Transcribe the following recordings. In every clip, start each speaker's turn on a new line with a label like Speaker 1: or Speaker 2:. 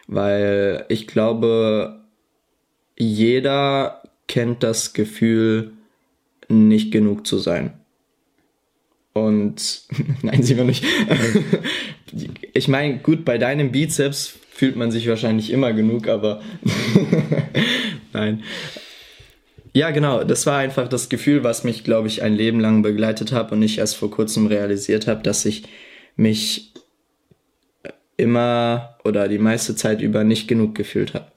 Speaker 1: weil ich glaube, jeder kennt das Gefühl, nicht genug zu sein. Und nein, sieht man nicht. Ich meine, gut, bei deinem Bizeps fühlt man sich wahrscheinlich immer genug, aber nein. Ja, genau, das war einfach das Gefühl, was mich, glaube ich, ein Leben lang begleitet hat und ich erst vor kurzem realisiert habe, dass ich mich immer oder die meiste Zeit über nicht genug gefühlt habe.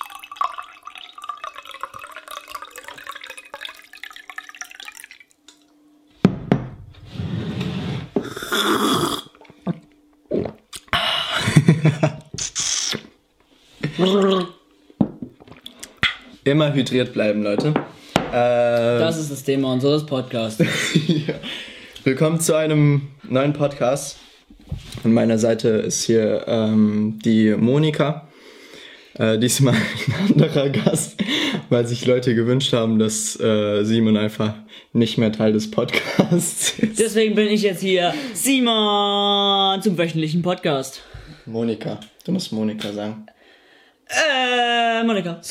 Speaker 1: Immer hydriert bleiben, Leute.
Speaker 2: Das ist das Thema unseres Podcasts.
Speaker 1: Ja. Willkommen zu einem neuen Podcast. An meiner Seite ist hier die Monika. Diesmal ein anderer Gast, weil sich Leute gewünscht haben, dass Simon einfach nicht mehr Teil des Podcasts ist.
Speaker 2: Deswegen bin ich jetzt hier, Simon, zum wöchentlichen Podcast.
Speaker 1: Monika. Du musst Monika sagen.
Speaker 2: Monika.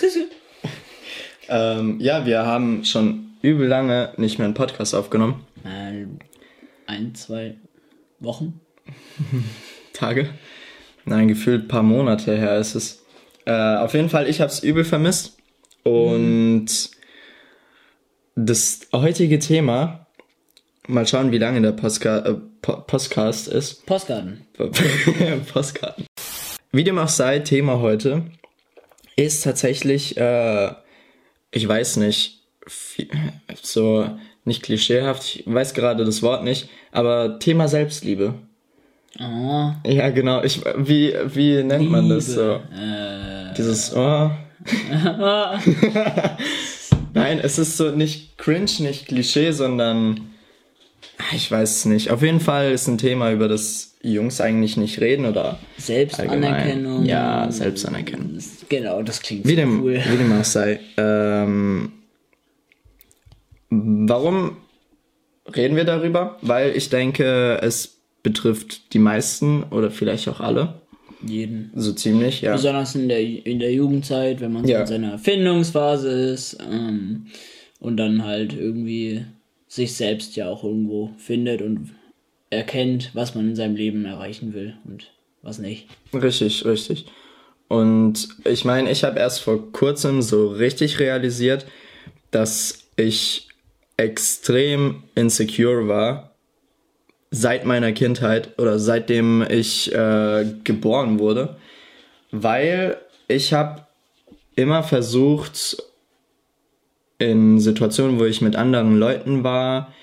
Speaker 1: Ja, wir haben schon übel lange nicht mehr einen Podcast aufgenommen.
Speaker 2: 1-2 Wochen?
Speaker 1: Tage? Nein, gefühlt ein paar Monate her ist es. Auf jeden Fall, ich habe es übel vermisst. Und das heutige Thema, mal schauen, wie lange der Podcast ist.
Speaker 2: Postkarten.
Speaker 1: Postkarten. Wie dem auch sei, Thema heute ist tatsächlich, ich weiß nicht, so nicht klischeehaft, ich weiß gerade das Wort nicht, aber Thema Selbstliebe.
Speaker 2: Oh.
Speaker 1: Ja, genau. Wie nennt man das so? Dieses Nein, es ist so nicht cringe, nicht Klischee, sondern ich weiß es nicht. Auf jeden Fall ist ein Thema, über das Jungs eigentlich nicht reden oder
Speaker 2: Selbstanerkennung.
Speaker 1: Allgemein. Ja, Selbstanerkennung.
Speaker 2: Genau, das klingt
Speaker 1: Wie
Speaker 2: so
Speaker 1: dem,
Speaker 2: cool.
Speaker 1: Wie dem auch sei. Warum reden wir darüber? Weil ich denke, es betrifft die meisten oder vielleicht auch alle.
Speaker 2: Jeden.
Speaker 1: So ziemlich, ja.
Speaker 2: Besonders in der Jugendzeit, wenn man so in seiner Erfindungsphase ist und dann halt irgendwie sich selbst ja auch irgendwo findet und erkennt, was man in seinem Leben erreichen will und was nicht.
Speaker 1: Richtig, richtig. Und ich meine, ich habe erst vor kurzem so richtig realisiert, dass ich extrem insecure war seit meiner Kindheit oder seitdem ich geboren wurde, weil ich habe immer versucht, in Situationen, wo ich mit anderen Leuten war,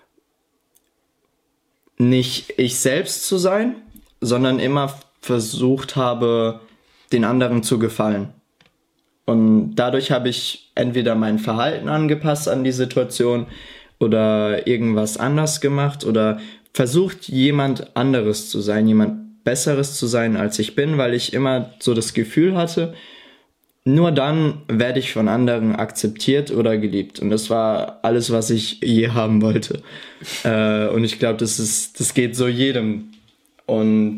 Speaker 1: nicht ich selbst zu sein, sondern immer versucht habe, den anderen zu gefallen. Und dadurch habe ich entweder mein Verhalten angepasst an die Situation oder irgendwas anders gemacht oder versucht, jemand anderes zu sein, jemand Besseres zu sein, als ich bin, weil ich immer so das Gefühl hatte, nur dann werde ich von anderen akzeptiert oder geliebt. Und das war alles, was ich je haben wollte. Und ich glaube, das geht so jedem. Und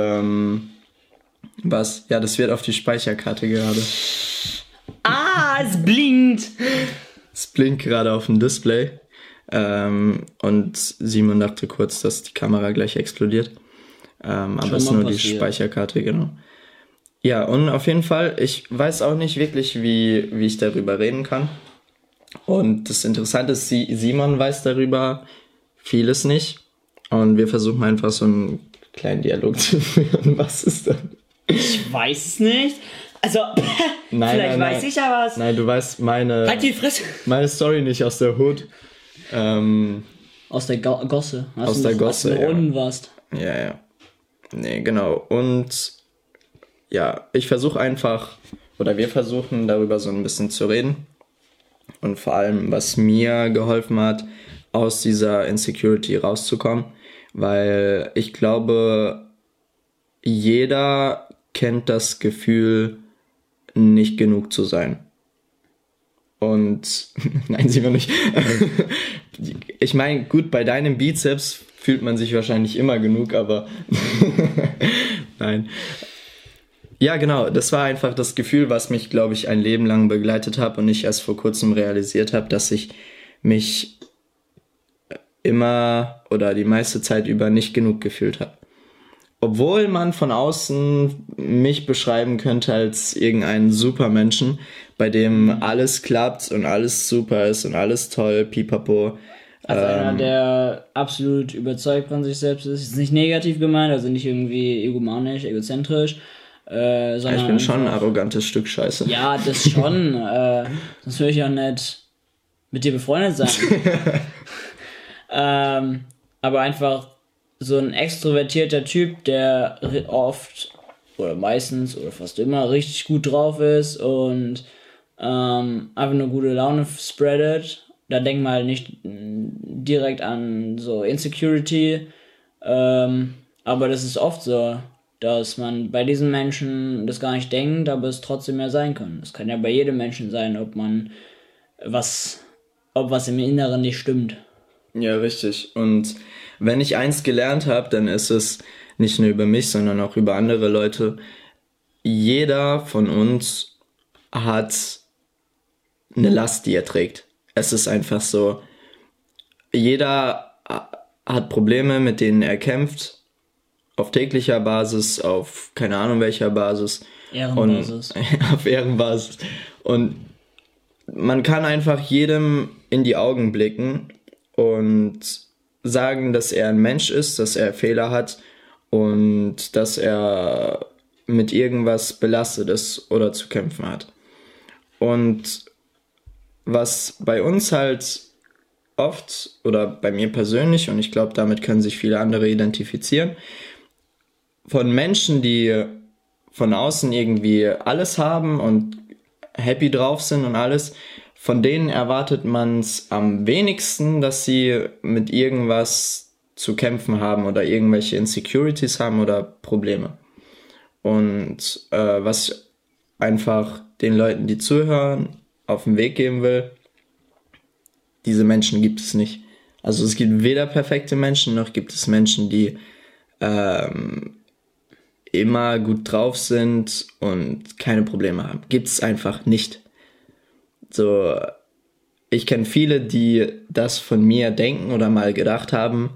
Speaker 1: was? Ja, das wird auf die Speicherkarte gerade.
Speaker 2: Es blinkt!
Speaker 1: Es blinkt gerade auf dem Display. Und Simon dachte kurz, dass die Kamera gleich explodiert. Aber es ist nur die Speicherkarte, genau. Ja, und auf jeden Fall, ich weiß auch nicht wirklich, wie ich darüber reden kann. Und das Interessante ist, Simon weiß darüber vieles nicht. Und wir versuchen einfach so einen kleinen Dialog zu führen. Was ist das?
Speaker 2: Ich weiß es nicht. Also, vielleicht weiß ich ja was.
Speaker 1: Nein, du weißt meine...
Speaker 2: Halt die Fresse!
Speaker 1: Meine Story nicht aus der Hood.
Speaker 2: Aus der Gosse.
Speaker 1: Aus der Gosse,
Speaker 2: als du unten warst.
Speaker 1: Ja. Nee, genau. Und ja, ich versuche einfach, oder wir versuchen darüber so ein bisschen zu reden. Und vor allem, was mir geholfen hat, aus dieser Insecurity rauszukommen. Weil ich glaube, jeder kennt das Gefühl, nicht genug zu sein. Und nein, sieht man nicht. Ich meine, gut, bei deinem Bizeps fühlt man sich wahrscheinlich immer genug, aber nein. Ja, genau. Das war einfach das Gefühl, was mich, glaube ich, ein Leben lang begleitet hat und ich erst vor kurzem realisiert habe, dass ich mich immer oder die meiste Zeit über nicht genug gefühlt habe. Obwohl man von außen mich beschreiben könnte als irgendeinen Supermenschen, bei dem alles klappt und alles super ist und alles toll, pipapo.
Speaker 2: Als einer, der absolut überzeugt von sich selbst ist nicht negativ gemeint, also nicht irgendwie egomanisch, egozentrisch, sondern
Speaker 1: ich bin schon ein arrogantes Stück Scheiße.
Speaker 2: Ja, das schon. Sonst würde ich auch nicht mit dir befreundet sein. Aber einfach so ein extrovertierter Typ, der oft oder meistens oder fast immer richtig gut drauf ist und einfach nur gute Laune spreadet. Da denkt man halt nicht direkt an so Insecurity, aber das ist oft so, dass man bei diesen Menschen das gar nicht denkt, aber es trotzdem mehr sein kann. Das kann ja bei jedem Menschen sein, ob was im Inneren nicht stimmt.
Speaker 1: Ja, richtig. Und wenn ich eins gelernt habe, dann ist es nicht nur über mich, sondern auch über andere Leute. Jeder von uns hat eine Last, die er trägt. Es ist einfach so, jeder hat Probleme, mit denen er kämpft, auf täglicher Basis, auf keine Ahnung welcher Basis.
Speaker 2: Ehrenbasis.
Speaker 1: Auf Ehrenbasis. Und man kann einfach jedem in die Augen blicken und sagen, dass er ein Mensch ist, dass er Fehler hat und dass er mit irgendwas belastet ist oder zu kämpfen hat. Und was bei uns halt oft, oder bei mir persönlich, und ich glaube, damit können sich viele andere identifizieren, von Menschen, die von außen irgendwie alles haben und happy drauf sind und alles, von denen erwartet man es am wenigsten, dass sie mit irgendwas zu kämpfen haben oder irgendwelche Insecurities haben oder Probleme. Und was ich einfach den Leuten, die zuhören, auf den Weg geben will, diese Menschen gibt es nicht. Also es gibt weder perfekte Menschen, noch gibt es Menschen, die immer gut drauf sind und keine Probleme haben. Gibt es einfach nicht. So, ich kenne viele, die das von mir denken oder mal gedacht haben.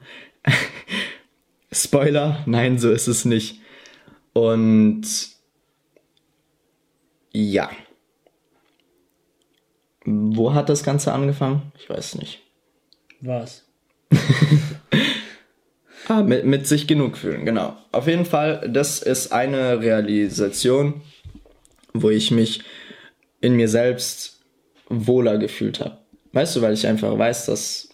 Speaker 1: Spoiler, nein, so ist es nicht. Und ja. Wo hat das Ganze angefangen? Ich weiß nicht.
Speaker 2: Was?
Speaker 1: Mit sich genug fühlen, genau. Auf jeden Fall, das ist eine Realisation, wo ich mich in mir selbst wohler gefühlt habe. Weißt du, weil ich einfach weiß, dass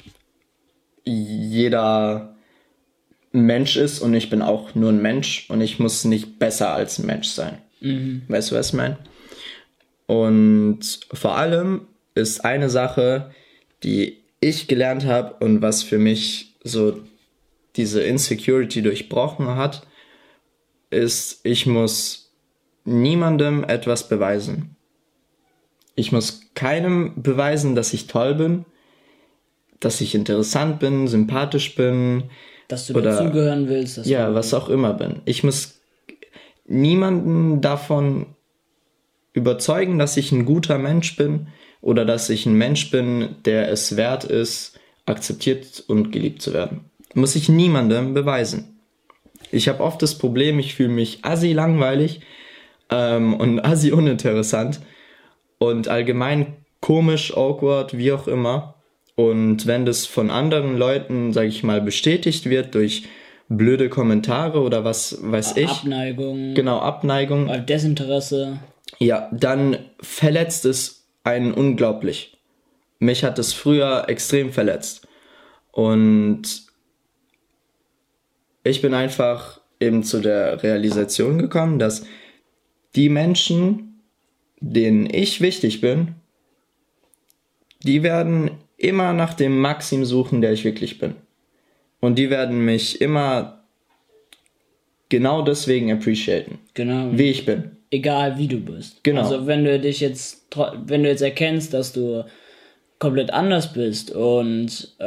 Speaker 1: jeder Mensch ist und ich bin auch nur ein Mensch und ich muss nicht besser als ein Mensch sein. Mhm. Weißt du, was ich meine? Und vor allem ist eine Sache, die ich gelernt habe und was für mich so diese Insecurity durchbrochen hat, ist, ich muss niemandem etwas beweisen. Ich muss keinem beweisen, dass ich toll bin, dass ich interessant bin, sympathisch bin.
Speaker 2: Dass du dazugehören willst. Dass
Speaker 1: ja, was auch immer bin. Ich muss niemanden davon überzeugen, dass ich ein guter Mensch bin oder dass ich ein Mensch bin, der es wert ist, akzeptiert und geliebt zu werden. Muss ich niemandem beweisen. Ich habe oft das Problem, ich fühle mich assi langweilig und assi uninteressant und allgemein komisch, awkward, wie auch immer. Und wenn das von anderen Leuten, sage ich mal, bestätigt wird durch blöde Kommentare oder was weiß ich.
Speaker 2: Abneigung.
Speaker 1: Genau, Abneigung.
Speaker 2: Desinteresse.
Speaker 1: Ja, dann verletzt es einen unglaublich. Mich hat es früher extrem verletzt. Und ich bin einfach eben zu der Realisation gekommen, dass die Menschen, denen ich wichtig bin, die werden immer nach dem Maxim suchen, der ich wirklich bin. Und die werden mich immer genau deswegen appreciaten.
Speaker 2: Genau.
Speaker 1: Wie ich bin.
Speaker 2: Egal wie du bist.
Speaker 1: Genau.
Speaker 2: Also wenn du jetzt erkennst, dass du komplett anders bist und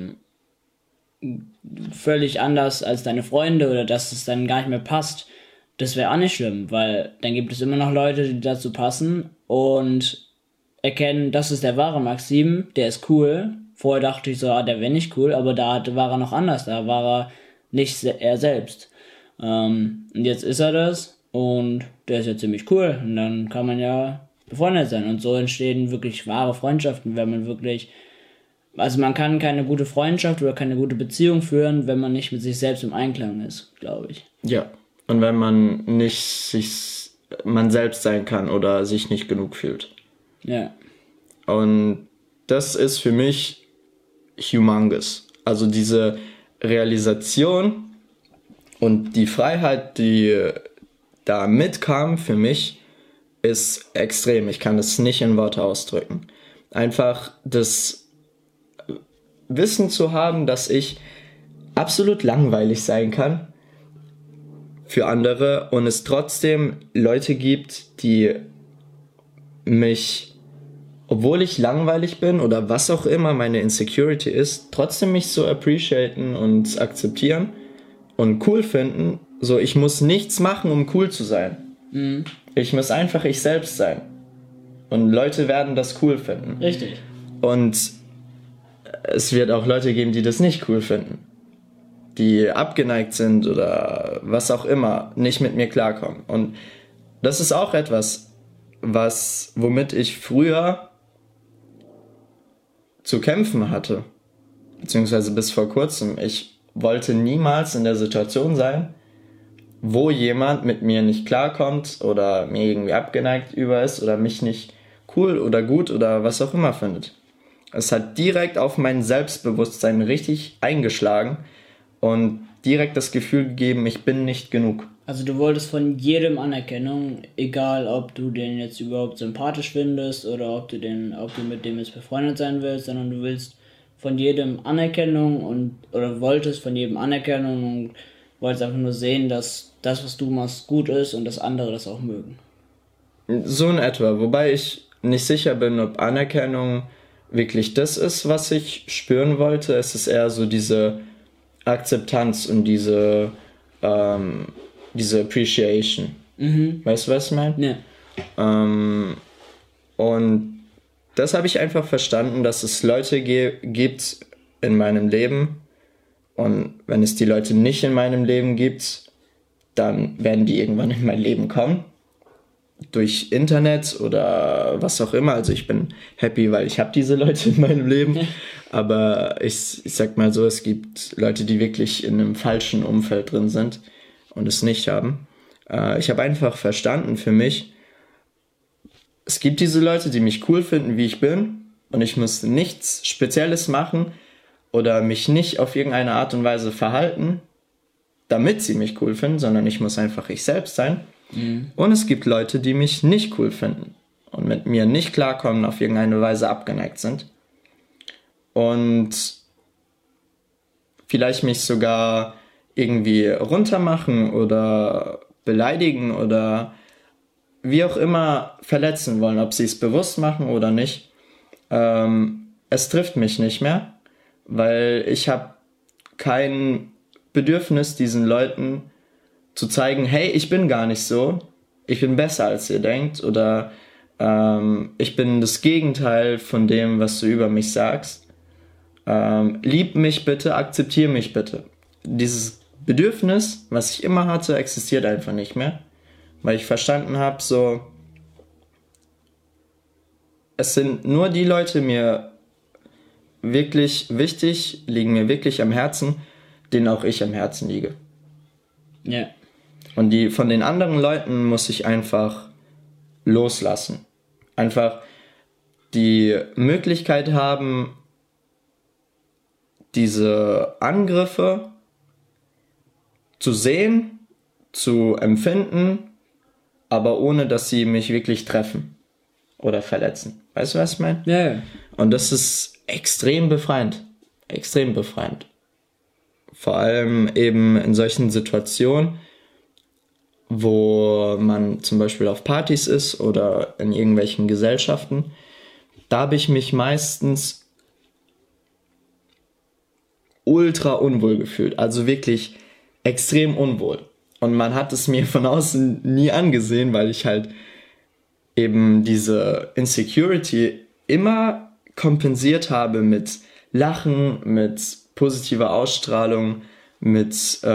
Speaker 2: völlig anders als deine Freunde oder dass es dann gar nicht mehr passt, das wäre auch nicht schlimm, weil dann gibt es immer noch Leute, die dazu passen und erkennen, das ist der wahre Maxim, der ist cool. Vorher dachte ich so, der wäre nicht cool, aber war er noch anders, da war er nicht er selbst. Und jetzt ist er das und der ist ja ziemlich cool und dann kann man ja befreundet sein und so entstehen wirklich wahre Freundschaften, wenn man wirklich, also man kann keine gute Freundschaft oder keine gute Beziehung führen, wenn man nicht mit sich selbst im Einklang ist, glaube ich.
Speaker 1: Ja, und wenn man nicht man selbst sein kann oder sich nicht genug fühlt.
Speaker 2: Ja.
Speaker 1: Und das ist für mich humongous. Also diese Realisation und die Freiheit, die da mitkam für mich, ist extrem. Ich kann es nicht in Worte ausdrücken. Einfach das Wissen zu haben, dass ich absolut langweilig sein kann für andere und es trotzdem Leute gibt, die mich, obwohl ich langweilig bin oder was auch immer meine Insecurity ist, trotzdem mich so appreciaten und akzeptieren und cool finden. So, ich muss nichts machen, um cool zu sein. Mhm. Ich muss einfach ich selbst sein. Und Leute werden das cool finden.
Speaker 2: Richtig.
Speaker 1: Und es wird auch Leute geben, die das nicht cool finden. Die abgeneigt sind oder was auch immer, nicht mit mir klarkommen. Und das ist auch etwas, womit ich früher zu kämpfen hatte. Beziehungsweise bis vor kurzem. Ich wollte niemals in der Situation sein, wo jemand mit mir nicht klarkommt oder mir irgendwie abgeneigt über ist oder mich nicht cool oder gut oder was auch immer findet. Es hat direkt auf mein Selbstbewusstsein richtig eingeschlagen und direkt das Gefühl gegeben, ich bin nicht genug.
Speaker 2: Also du wolltest von jedem Anerkennung, egal ob du den jetzt überhaupt sympathisch findest oder ob du mit dem jetzt befreundet sein willst, sondern du willst von jedem Anerkennung oder wolltest von jedem Anerkennung und wolltest einfach nur sehen, dass das, was du machst, gut ist und dass andere das auch mögen.
Speaker 1: So in etwa, wobei ich nicht sicher bin, ob Anerkennung wirklich das ist, was ich spüren wollte. Es ist eher so diese Akzeptanz und diese Appreciation. Mhm. Weißt du, was ich meine? Ja. Und das habe ich einfach verstanden, dass es Leute gibt in meinem Leben und wenn es die Leute nicht in meinem Leben gibt, dann werden die irgendwann in mein Leben kommen. Durch Internet oder was auch immer. Also ich bin happy, weil ich habe diese Leute in meinem Leben. Aber ich sag mal so, es gibt Leute, die wirklich in einem falschen Umfeld drin sind und es nicht haben. Ich habe einfach verstanden für mich, es gibt diese Leute, die mich cool finden, wie ich bin. Und ich muss nichts Spezielles machen oder mich nicht auf irgendeine Art und Weise verhalten, damit sie mich cool finden, sondern ich muss einfach ich selbst sein. Mhm. Und es gibt Leute, die mich nicht cool finden und mit mir nicht klarkommen, auf irgendeine Weise abgeneigt sind. Und vielleicht mich sogar irgendwie runtermachen oder beleidigen oder wie auch immer verletzen wollen, ob sie es bewusst machen oder nicht. Es trifft mich nicht mehr, weil ich habe kein Bedürfnis, diesen Leuten zu zeigen, hey, ich bin gar nicht so, ich bin besser als ihr denkt oder ich bin das Gegenteil von dem, was du über mich sagst. Lieb mich bitte, akzeptiere mich bitte. Dieses Bedürfnis, was ich immer hatte, existiert einfach nicht mehr, weil ich verstanden habe, so, es sind nur die Leute mir wirklich wichtig, liegen mir wirklich am Herzen, denen auch ich am Herzen liege. Ja. Und von den anderen Leuten muss ich einfach loslassen. Einfach die Möglichkeit haben, diese Angriffe zu sehen, zu empfinden, aber ohne, dass sie mich wirklich treffen oder verletzen. Weißt du, was ich meine? Ja, ja. Und das ist extrem befreiend. Extrem befreiend. Vor allem eben in solchen Situationen, wo man zum Beispiel auf Partys ist oder in irgendwelchen Gesellschaften, da habe ich mich meistens ultra unwohl gefühlt. Also wirklich extrem unwohl. Und man hat es mir von außen nie angesehen, weil ich halt eben diese Insecurity immer kompensiert habe mit Lachen, mit positiver Ausstrahlung, mit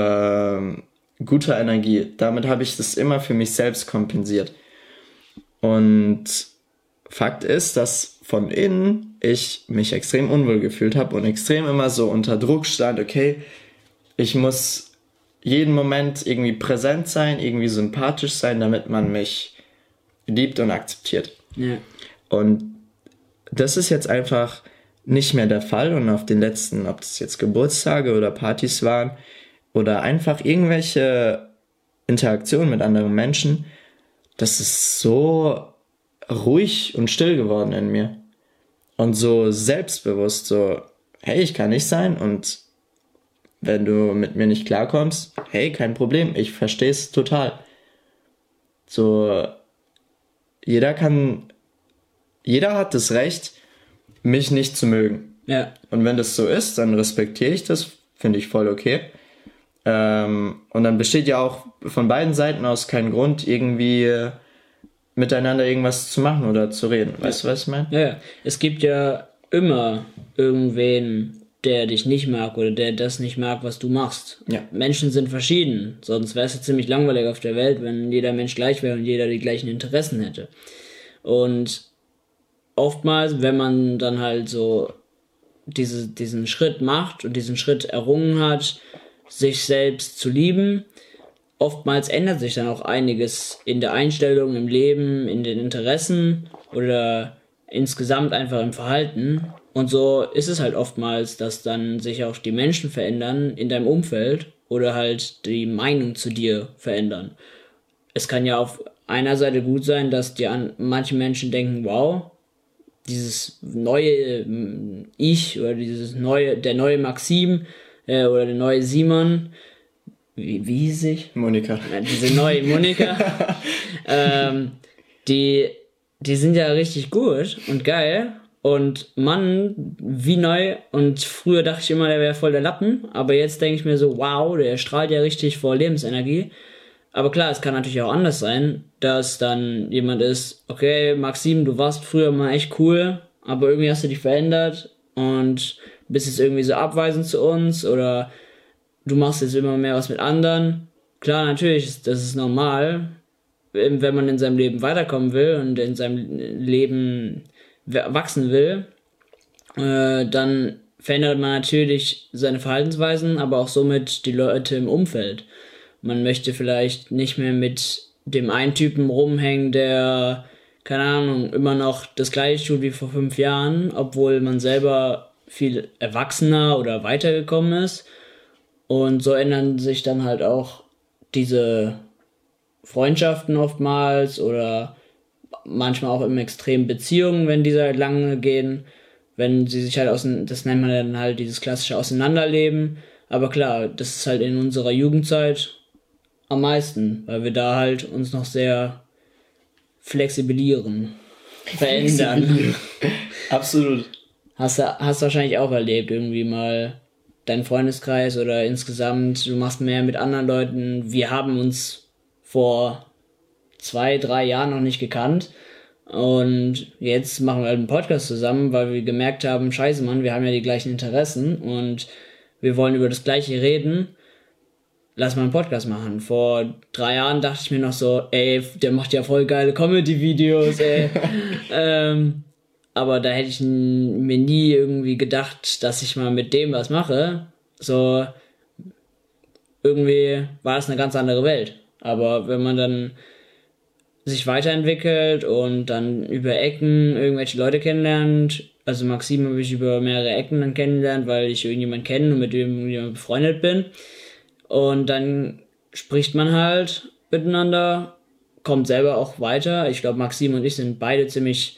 Speaker 1: guter Energie. Damit habe ich das immer für mich selbst kompensiert. Und Fakt ist, dass von innen ich mich extrem unwohl gefühlt habe und extrem immer so unter Druck stand, okay, ich muss jeden Moment irgendwie präsent sein, irgendwie sympathisch sein, damit man mich liebt und akzeptiert.
Speaker 2: Ja.
Speaker 1: Und das ist jetzt einfach nicht mehr der Fall und auf den letzten, ob das jetzt Geburtstage oder Partys waren oder einfach irgendwelche Interaktionen mit anderen Menschen, das ist so ruhig und still geworden in mir. Und so selbstbewusst, so, hey, ich kann nicht sein und wenn du mit mir nicht klarkommst, hey, kein Problem, ich verstehe es total. So, jeder hat das Recht, mich nicht zu mögen.
Speaker 2: Ja.
Speaker 1: Und wenn das so ist, dann respektiere ich das, finde ich voll okay. Und dann besteht ja auch von beiden Seiten aus kein Grund, irgendwie miteinander irgendwas zu machen oder zu reden. Weißt du, was ich meine?
Speaker 2: Ja, es gibt ja immer irgendwen, der dich nicht mag oder der das nicht mag, was du machst.
Speaker 1: Ja.
Speaker 2: Menschen sind verschieden, sonst wäre es ja ziemlich langweilig auf der Welt, wenn jeder Mensch gleich wäre und jeder die gleichen Interessen hätte. Und oftmals, wenn man dann halt so diesen Schritt macht und diesen Schritt errungen hat, sich selbst zu lieben, oftmals ändert sich dann auch einiges in der Einstellung, im Leben, in den Interessen oder insgesamt einfach im Verhalten. Und so ist es halt oftmals, dass dann sich auch die Menschen verändern in deinem Umfeld oder halt die Meinung zu dir verändern. Es kann ja auf einer Seite gut sein, dass manche Menschen denken, wow, dieses neue Ich oder der neue Maxim oder der neue Simon, wie hieß ich?
Speaker 1: Monika.
Speaker 2: Diese neue Monika, die sind ja richtig gut und geil. Und Mann, wie neu. Und früher dachte ich immer, der wäre voll der Lappen. Aber jetzt denke ich mir so, wow, der strahlt ja richtig vor Lebensenergie. Aber klar, es kann natürlich auch anders sein, dass dann jemand ist, okay, Maxim, du warst früher mal echt cool, aber irgendwie hast du dich verändert und bist jetzt irgendwie so abweisend zu uns oder du machst jetzt immer mehr was mit anderen. Klar, natürlich, das ist normal, wenn man in seinem Leben weiterkommen will und in seinem Leben wachsen will, dann verändert man natürlich seine Verhaltensweisen, aber auch somit die Leute im Umfeld. Man möchte vielleicht nicht mehr mit dem einen Typen rumhängen, der, keine Ahnung, immer noch das gleiche tut wie vor 5 Jahren, obwohl man selber viel erwachsener oder weitergekommen ist. Und so ändern sich dann halt auch diese Freundschaften oftmals oder manchmal auch im Extrem Beziehungen, wenn diese halt lange gehen, wenn sie sich halt das nennt man dann halt dieses klassische Auseinanderleben. Aber klar, das ist halt in unserer Jugendzeit am meisten, weil wir da halt uns noch sehr verändern.
Speaker 1: Absolut.
Speaker 2: Hast wahrscheinlich auch erlebt, irgendwie mal dein Freundeskreis oder insgesamt, du machst mehr mit anderen Leuten. Wir haben uns vor 2-3 Jahren noch nicht gekannt und jetzt machen wir halt einen Podcast zusammen, weil wir gemerkt haben, scheiße Mann, wir haben ja die gleichen Interessen und wir wollen über das Gleiche reden. Lass mal einen Podcast machen. Vor 3 Jahren dachte ich mir noch so, ey, der macht ja voll geile Comedy-Videos, ey. Aber da hätte ich mir nie irgendwie gedacht, dass ich mal mit dem was mache. So, irgendwie war es eine ganz andere Welt. Aber wenn man dann sich weiterentwickelt und dann über Ecken irgendwelche Leute kennenlernt, also Maxim habe ich über mehrere Ecken dann kennengelernt, weil ich irgendjemanden kenne und mit dem irgendjemand befreundet bin. Und dann spricht man halt miteinander, kommt selber auch weiter. Ich glaube, Maxim und ich sind beide ziemlich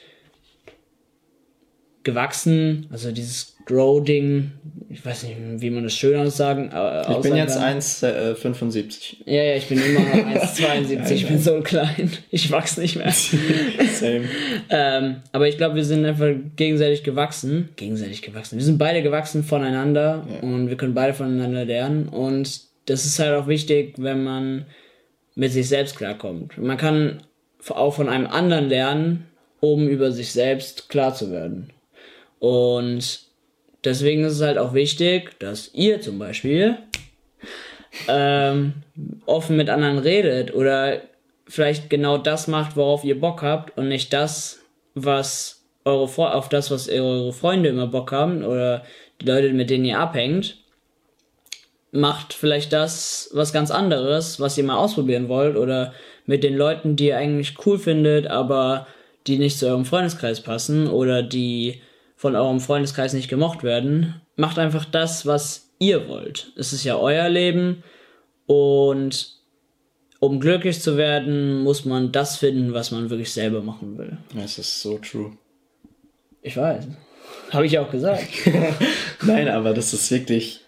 Speaker 2: gewachsen. Also dieses Grow-Ding, ich weiß nicht, wie man das schön aussagen
Speaker 1: Ich bin jetzt 1,75.
Speaker 2: Ja, ich bin immer noch 1,72. Ich bin so klein. Ich wachse nicht mehr.
Speaker 1: Same.
Speaker 2: Aber ich glaube, wir sind einfach gegenseitig gewachsen. Wir sind beide gewachsen voneinander und wir können beide voneinander lernen und das ist halt auch wichtig, wenn man mit sich selbst klarkommt. Man kann auch von einem anderen lernen, um über sich selbst klar zu werden. Und deswegen ist es halt auch wichtig, dass ihr zum Beispiel offen mit anderen redet oder vielleicht genau das macht, worauf ihr Bock habt und nicht das, was eure Freunde immer Bock haben oder die Leute, mit denen ihr abhängt. Macht vielleicht das was ganz anderes, was ihr mal ausprobieren wollt oder mit den Leuten, die ihr eigentlich cool findet, aber die nicht zu eurem Freundeskreis passen oder die von eurem Freundeskreis nicht gemocht werden. Macht einfach das, was ihr wollt. Es ist ja euer Leben und um glücklich zu werden, muss man das finden, was man wirklich selber machen will.
Speaker 1: Das ist so true.
Speaker 2: Ich weiß. Habe ich auch gesagt.
Speaker 1: Nein, aber das ist wirklich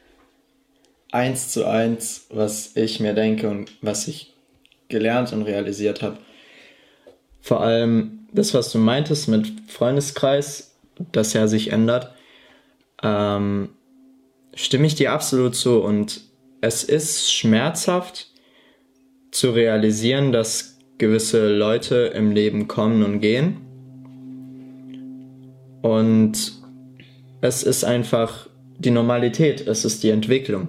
Speaker 1: 1:1, was ich mir denke und was ich gelernt und realisiert habe. Vor allem das, was du meintest mit Freundeskreis, das ja sich ändert, stimme ich dir absolut zu. Und es ist schmerzhaft zu realisieren, dass gewisse Leute im Leben kommen und gehen. Und es ist einfach die Normalität, es ist die Entwicklung.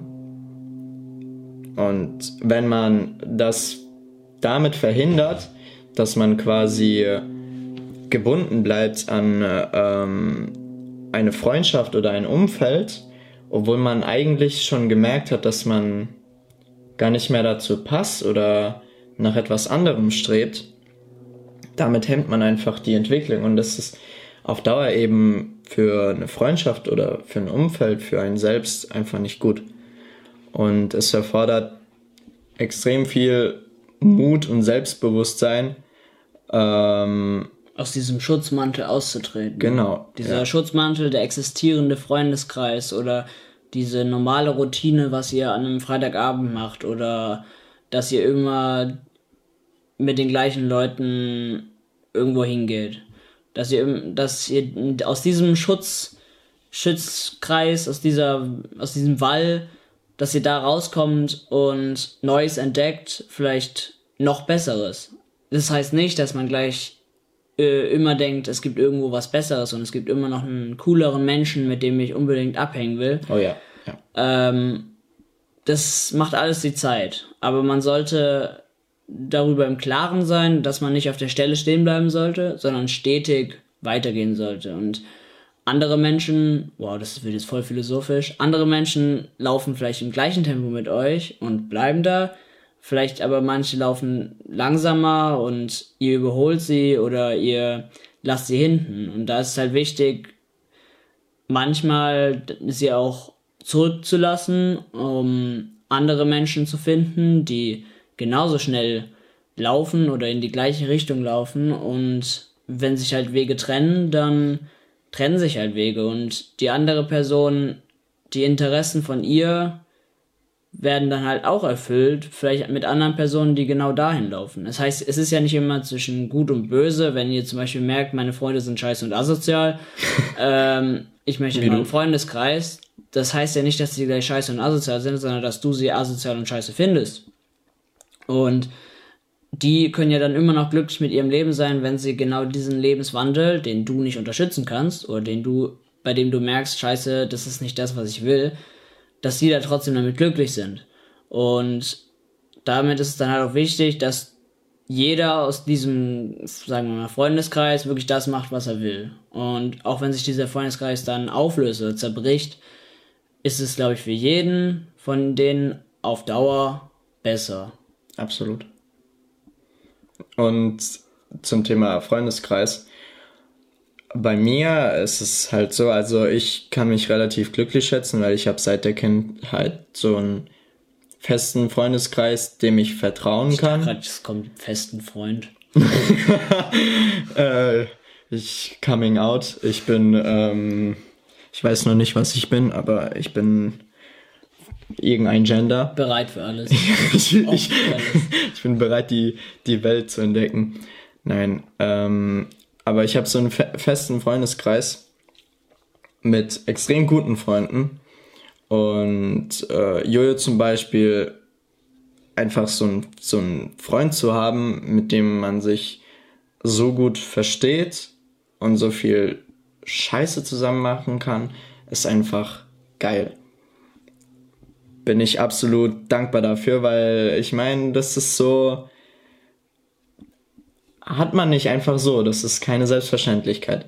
Speaker 1: Und wenn man das damit verhindert, dass man quasi gebunden bleibt an eine Freundschaft oder ein Umfeld, obwohl man eigentlich schon gemerkt hat, dass man gar nicht mehr dazu passt oder nach etwas anderem strebt, damit hemmt man einfach die Entwicklung. Und das ist auf Dauer eben für eine Freundschaft oder für ein Umfeld, für einen selbst einfach nicht gut. Und es erfordert extrem viel Mut und Selbstbewusstsein,
Speaker 2: aus diesem Schutzmantel auszutreten.
Speaker 1: Genau.
Speaker 2: Dieser Schutzmantel, der existierende Freundeskreis oder diese normale Routine, was ihr an einem Freitagabend macht oder dass ihr immer mit den gleichen Leuten irgendwo hingeht. Dass ihr aus diesem Schutzkreis, aus diesem Wall, dass ihr da rauskommt und Neues entdeckt, vielleicht noch Besseres. Das heißt nicht, dass man gleich immer denkt, es gibt irgendwo was Besseres und es gibt immer noch einen cooleren Menschen, mit dem ich unbedingt abhängen will.
Speaker 1: Oh ja.
Speaker 2: Das macht alles die Zeit. Aber man sollte darüber im Klaren sein, dass man nicht auf der Stelle stehen bleiben sollte, sondern stetig weitergehen sollte. Und andere Menschen, das wird jetzt voll philosophisch, andere Menschen laufen vielleicht im gleichen Tempo mit euch und bleiben da. Vielleicht aber manche laufen langsamer und ihr überholt sie oder ihr lasst sie hinten. Und da ist es halt wichtig, manchmal sie auch zurückzulassen, um andere Menschen zu finden, die genauso schnell laufen oder in die gleiche Richtung laufen. Und wenn sich halt Wege trennen, dann trennen sich halt Wege. Und die andere Person, die Interessen von ihr werden dann halt auch erfüllt, vielleicht mit anderen Personen, die genau dahin laufen. Das heißt, es ist ja nicht immer zwischen gut und böse, wenn ihr zum Beispiel merkt, meine Freunde sind scheiße und asozial, ich möchte einen neuen Freundeskreis, das heißt ja nicht, dass sie gleich scheiße und asozial sind, sondern dass du sie asozial und scheiße findest. Und die können ja dann immer noch glücklich mit ihrem Leben sein, wenn sie genau diesen Lebenswandel, den du nicht unterstützen kannst, oder bei dem du merkst, scheiße, das ist nicht das, was ich will, dass die da trotzdem damit glücklich sind. Und damit ist es dann halt auch wichtig, dass jeder aus diesem, sagen wir mal, Freundeskreis wirklich das macht, was er will. Und auch wenn sich dieser Freundeskreis dann auflöst oder zerbricht, ist es, glaube ich, für jeden von denen auf Dauer besser.
Speaker 1: Absolut. Und zum Thema Freundeskreis. Bei mir ist es halt so, also ich kann mich relativ glücklich schätzen, weil ich habe seit der Kindheit so einen festen Freundeskreis, dem ich vertrauen kann.
Speaker 2: Es kommt festen Freund.
Speaker 1: Ich coming out. Ich bin, ich weiß noch nicht, was ich bin, aber ich bin irgendein Gender.
Speaker 2: Bereit für alles.
Speaker 1: ich bin bereit, die Welt zu entdecken. Nein, aber ich habe so einen festen Freundeskreis mit extrem guten Freunden. Und Jojo zum Beispiel einfach so einen Freund zu haben, mit dem man sich so gut versteht und so viel Scheiße zusammen machen kann, ist einfach geil. Bin ich absolut dankbar dafür, weil ich meine, das ist so, hat man nicht einfach so, das ist keine Selbstverständlichkeit.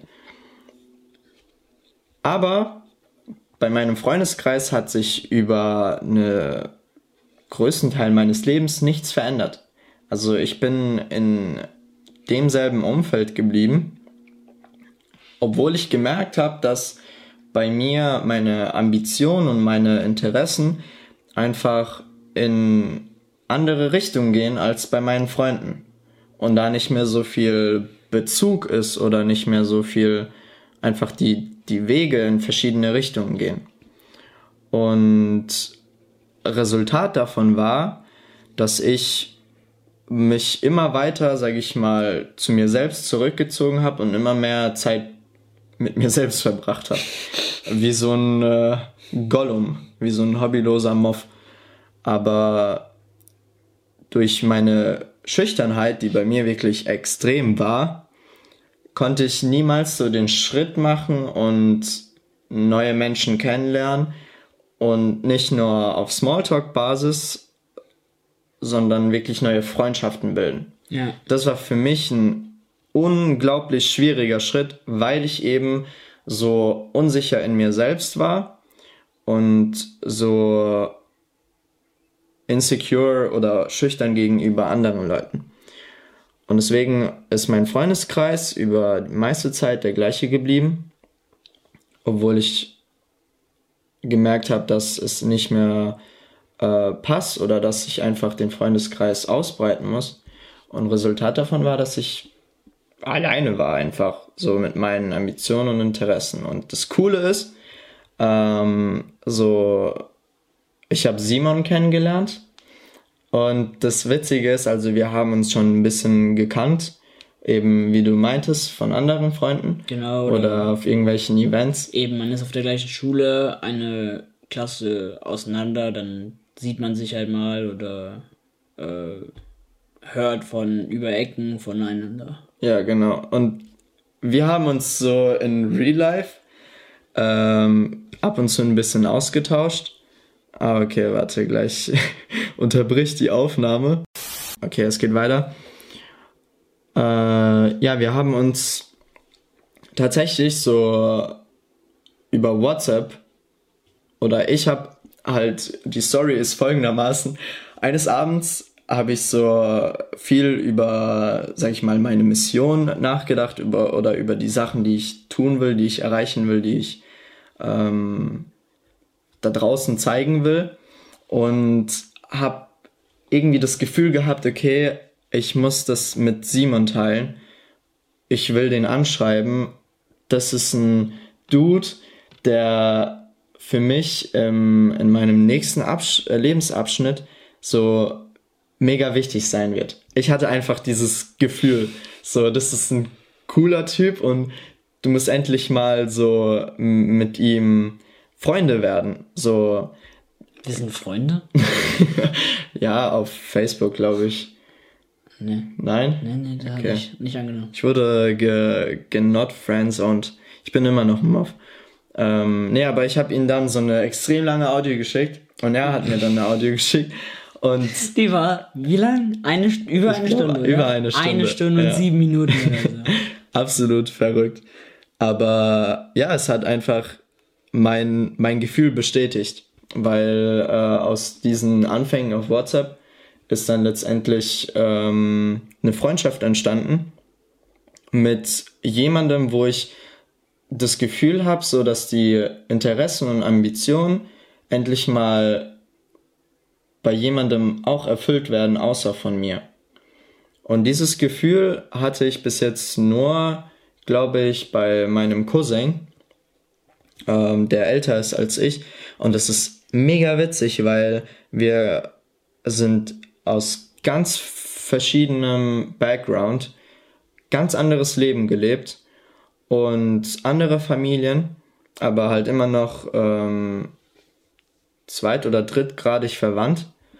Speaker 1: Aber bei meinem Freundeskreis hat sich über einen größten Teil meines Lebens nichts verändert. Also ich bin in demselben Umfeld geblieben, obwohl ich gemerkt habe, dass bei mir meine Ambitionen und meine Interessen einfach in andere Richtungen gehen als bei meinen Freunden. Und da nicht mehr so viel Bezug ist oder nicht mehr so viel einfach die Wege in verschiedene Richtungen gehen. Und Resultat davon war, dass ich mich immer weiter, sage ich mal, zu mir selbst zurückgezogen habe und immer mehr Zeit mit mir selbst verbracht habe. Wie so ein Gollum, wie so ein hobbyloser Moff. Aber durch meine Schüchternheit, die bei mir wirklich extrem war, konnte ich niemals so den Schritt machen und neue Menschen kennenlernen und nicht nur auf Smalltalk-Basis, sondern wirklich neue Freundschaften bilden.
Speaker 2: Ja.
Speaker 1: Das war für mich ein unglaublich schwieriger Schritt, weil ich eben so unsicher in mir selbst war und so insecure oder schüchtern gegenüber anderen Leuten. Und deswegen ist mein Freundeskreis über die meiste Zeit der gleiche geblieben, obwohl ich gemerkt habe, dass es nicht mehr passt oder dass ich einfach den Freundeskreis ausbreiten muss. Und Resultat davon war, dass ich alleine war, einfach so mit meinen Ambitionen und Interessen. Und das Coole ist, ich habe Simon kennengelernt. Und das Witzige ist, also wir haben uns schon ein bisschen gekannt, eben wie du meintest, von anderen Freunden.
Speaker 2: Genau.
Speaker 1: Oder auf irgendwelchen Events.
Speaker 2: Eben, man ist auf der gleichen Schule, eine Klasse auseinander, dann sieht man sich halt mal oder hört von über Ecken voneinander.
Speaker 1: Ja, genau. Und wir haben uns so in Real Life ab und zu ein bisschen ausgetauscht. Ah, okay, warte, gleich unterbricht die Aufnahme. Okay, es geht weiter. Ja, wir haben uns tatsächlich so über WhatsApp, oder ich habe halt, die Story ist folgendermaßen, eines Abends habe ich so viel über, sag ich mal, meine Mission nachgedacht, über die Sachen, die ich tun will, die ich erreichen will, die ich da draußen zeigen will, und habe irgendwie das Gefühl gehabt, okay, ich muss das mit Simon teilen. Ich will den anschreiben. Das ist ein Dude, der für mich in meinem nächsten Lebensabschnitt so mega wichtig sein wird. Ich hatte einfach dieses Gefühl, so, das ist ein cooler Typ und du musst endlich mal so mit ihm Freunde werden. So.
Speaker 2: Wir sind Freunde?
Speaker 1: Ja, auf Facebook, glaube ich.
Speaker 2: Nee.
Speaker 1: Nein?
Speaker 2: Nee, da habe ich nicht angenommen.
Speaker 1: Ich wurde not friends und ich bin immer noch ein Muff. Nee, aber ich habe ihm dann so eine extrem lange Audio geschickt und er hat mir dann eine Audio geschickt und
Speaker 2: die war, wie lang? Über eine Stunde, oder?
Speaker 1: Über eine Stunde.
Speaker 2: 1 Stunde und 7 Minuten oder so.
Speaker 1: Absolut verrückt. Aber ja, es hat einfach mein Gefühl bestätigt, weil aus diesen Anfängen auf WhatsApp ist dann letztendlich eine Freundschaft entstanden mit jemandem, wo ich das Gefühl habe, so dass die Interessen und Ambitionen endlich mal bei jemandem auch erfüllt werden, außer von mir. Und dieses Gefühl hatte ich bis jetzt nur, glaube ich, bei meinem Cousin, der älter ist als ich. Und das ist mega witzig, weil wir sind aus ganz verschiedenem Background, ganz anderes Leben gelebt und andere Familien, aber halt immer noch zweit- oder drittgradig verwandt.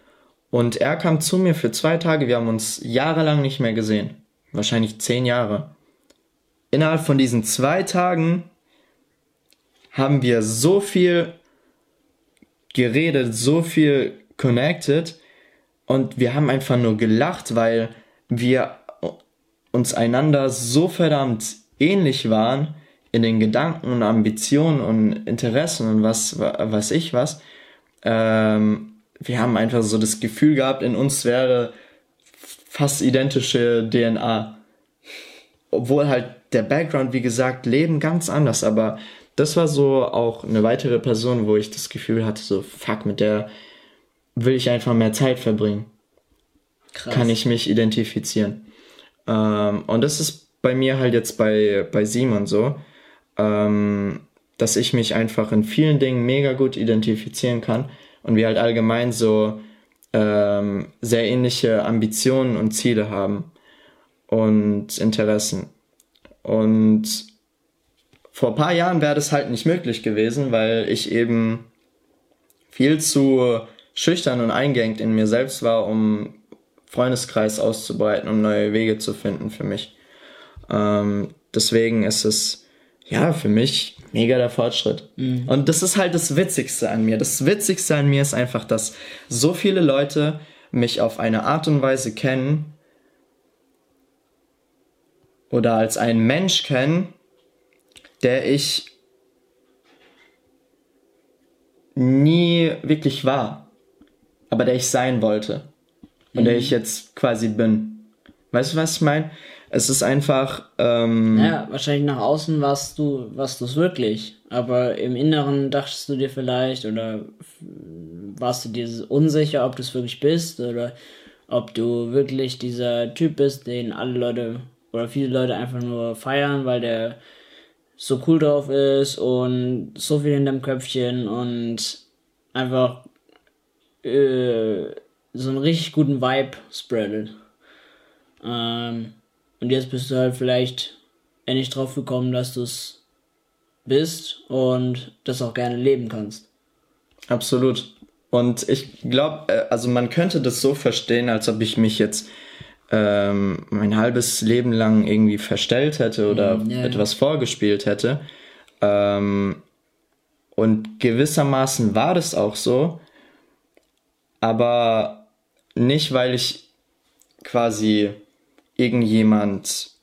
Speaker 1: Und er kam zu mir für 2 Tage, wir haben uns jahrelang nicht mehr gesehen. Wahrscheinlich 10 Jahre. Innerhalb von diesen 2 Tagen haben wir so viel geredet, so viel connected und wir haben einfach nur gelacht, weil wir uns einander so verdammt ähnlich waren in den Gedanken und Ambitionen und Interessen und was. Wir haben einfach so das Gefühl gehabt, in uns wäre fast identische DNA. Obwohl halt der Background, wie gesagt, Leben ganz anders, aber das war so auch eine weitere Person, wo ich das Gefühl hatte, so fuck, mit der will ich einfach mehr Zeit verbringen. Krass. Kann ich mich identifizieren. Und das ist bei mir halt jetzt bei Simon so, dass ich mich einfach in vielen Dingen mega gut identifizieren kann und wir halt allgemein so sehr ähnliche Ambitionen und Ziele haben und Interessen. Und vor ein paar Jahren wäre das halt nicht möglich gewesen, weil ich eben viel zu schüchtern und eingeengt in mir selbst war, um Freundeskreis auszubreiten, um neue Wege zu finden für mich. Deswegen ist es ja für mich mega der Fortschritt. Mhm. Und das ist halt das Witzigste an mir. Das Witzigste an mir ist einfach, dass so viele Leute mich auf eine Art und Weise kennen oder als einen Mensch kennen, der ich nie wirklich war, aber der ich sein wollte und der ich jetzt quasi bin. Weißt du, was ich meine? Es ist einfach...
Speaker 2: ja, wahrscheinlich nach außen warst du es wirklich, aber im Inneren dachtest du dir vielleicht oder warst du dir unsicher, ob du es wirklich bist oder ob du wirklich dieser Typ bist, den alle Leute oder viele Leute einfach nur feiern, weil der so cool drauf ist und so viel in deinem Köpfchen und einfach so einen richtig guten Vibe spreadet. Und jetzt bist du halt vielleicht endlich drauf gekommen, dass du es bist und das auch gerne leben kannst.
Speaker 1: Absolut. Und ich glaube, also man könnte das so verstehen, als ob ich mich jetzt mein halbes Leben lang irgendwie verstellt hätte oder etwas vorgespielt hätte. Und gewissermaßen war das auch so, aber nicht, weil ich quasi irgendjemand